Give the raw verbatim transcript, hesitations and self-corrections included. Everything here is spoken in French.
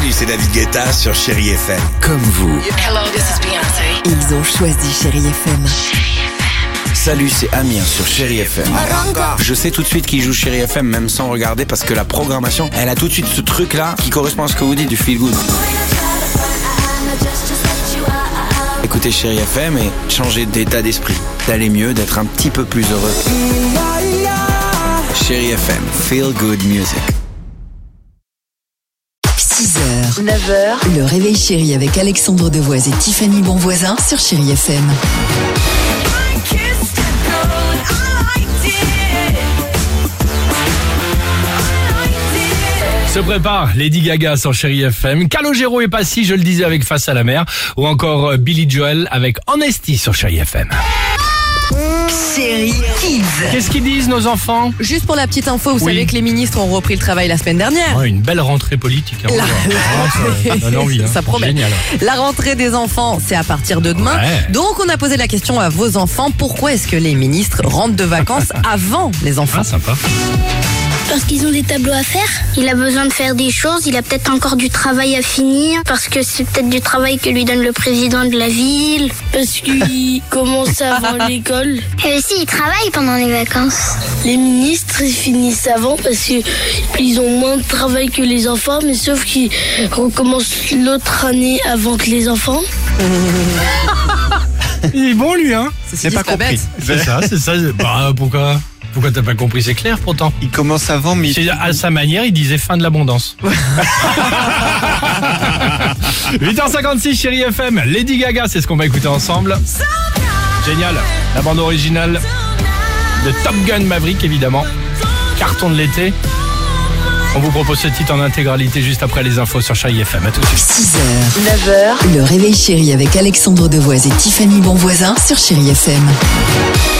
Salut, c'est David Guetta sur Chérie F M. Comme vous. Hello, this is Beyoncé. Ils ont choisi Chérie F M. Salut, c'est Amir sur Chérie F M. Je sais tout de suite qui joue Chérie F M, même sans regarder, parce que la programmation, elle a tout de suite ce truc-là qui correspond à ce que vous dites du feel good. Écoutez Chérie F M et changez d'état d'esprit, d'aller mieux, d'être un petit peu plus heureux. Chérie F M, feel good music. six heures, neuf heures, le réveil chéri avec Alexandre Devoise et Tiffany Bonvoisin sur Chérie F M. Se prépare Lady Gaga sur Chérie F M, Calogero et Passy, je le disais, avec Face à la mer, ou encore Billy Joel avec Honesty sur Chérie F M. Chérie Kids. Qu'est-ce qu'ils disent nos enfants? Juste pour la petite info, vous Oui. savez que les ministres ont repris le travail la semaine dernière. Ouais, une belle rentrée politique. Hein, La- ah, ça donne envie, hein. Ça promet. Génial. La rentrée des enfants, c'est à partir de demain. Ouais. Donc on a posé la question à vos enfants, pourquoi est-ce que les ministres rentrent de vacances avant les enfants? Ah, sympa. Parce qu'ils ont des tableaux à faire. Il a besoin de faire des choses, il a peut-être encore du travail à finir, parce que c'est peut-être du travail que lui donne le président de la ville. Parce qu'il commence avant l'école. Et aussi, il travaille pendant les vacances. Les ministres ils finissent avant parce que ils ont moins de travail que les enfants, mais sauf qu'ils recommencent l'autre année avant que les enfants. Il est bon lui, hein? C'est pas compris. C'est ça, c'est ça. Bah, pourquoi? Pourquoi t'as pas compris? C'est clair pourtant. Il commence avant, mais... C'est à sa manière, il disait fin de l'abondance. huit heures cinquante-six, Chérie F M, Lady Gaga, c'est ce qu'on va écouter ensemble. Génial, la bande originale de Top Gun Maverick, évidemment. Carton de l'été. On vous propose ce titre en intégralité juste après les infos sur Chérie F M. À tout de suite. six heures, neuf heures, le réveil chéri avec Alexandre Devoise et Tiffany Bonvoisin sur Chérie F M.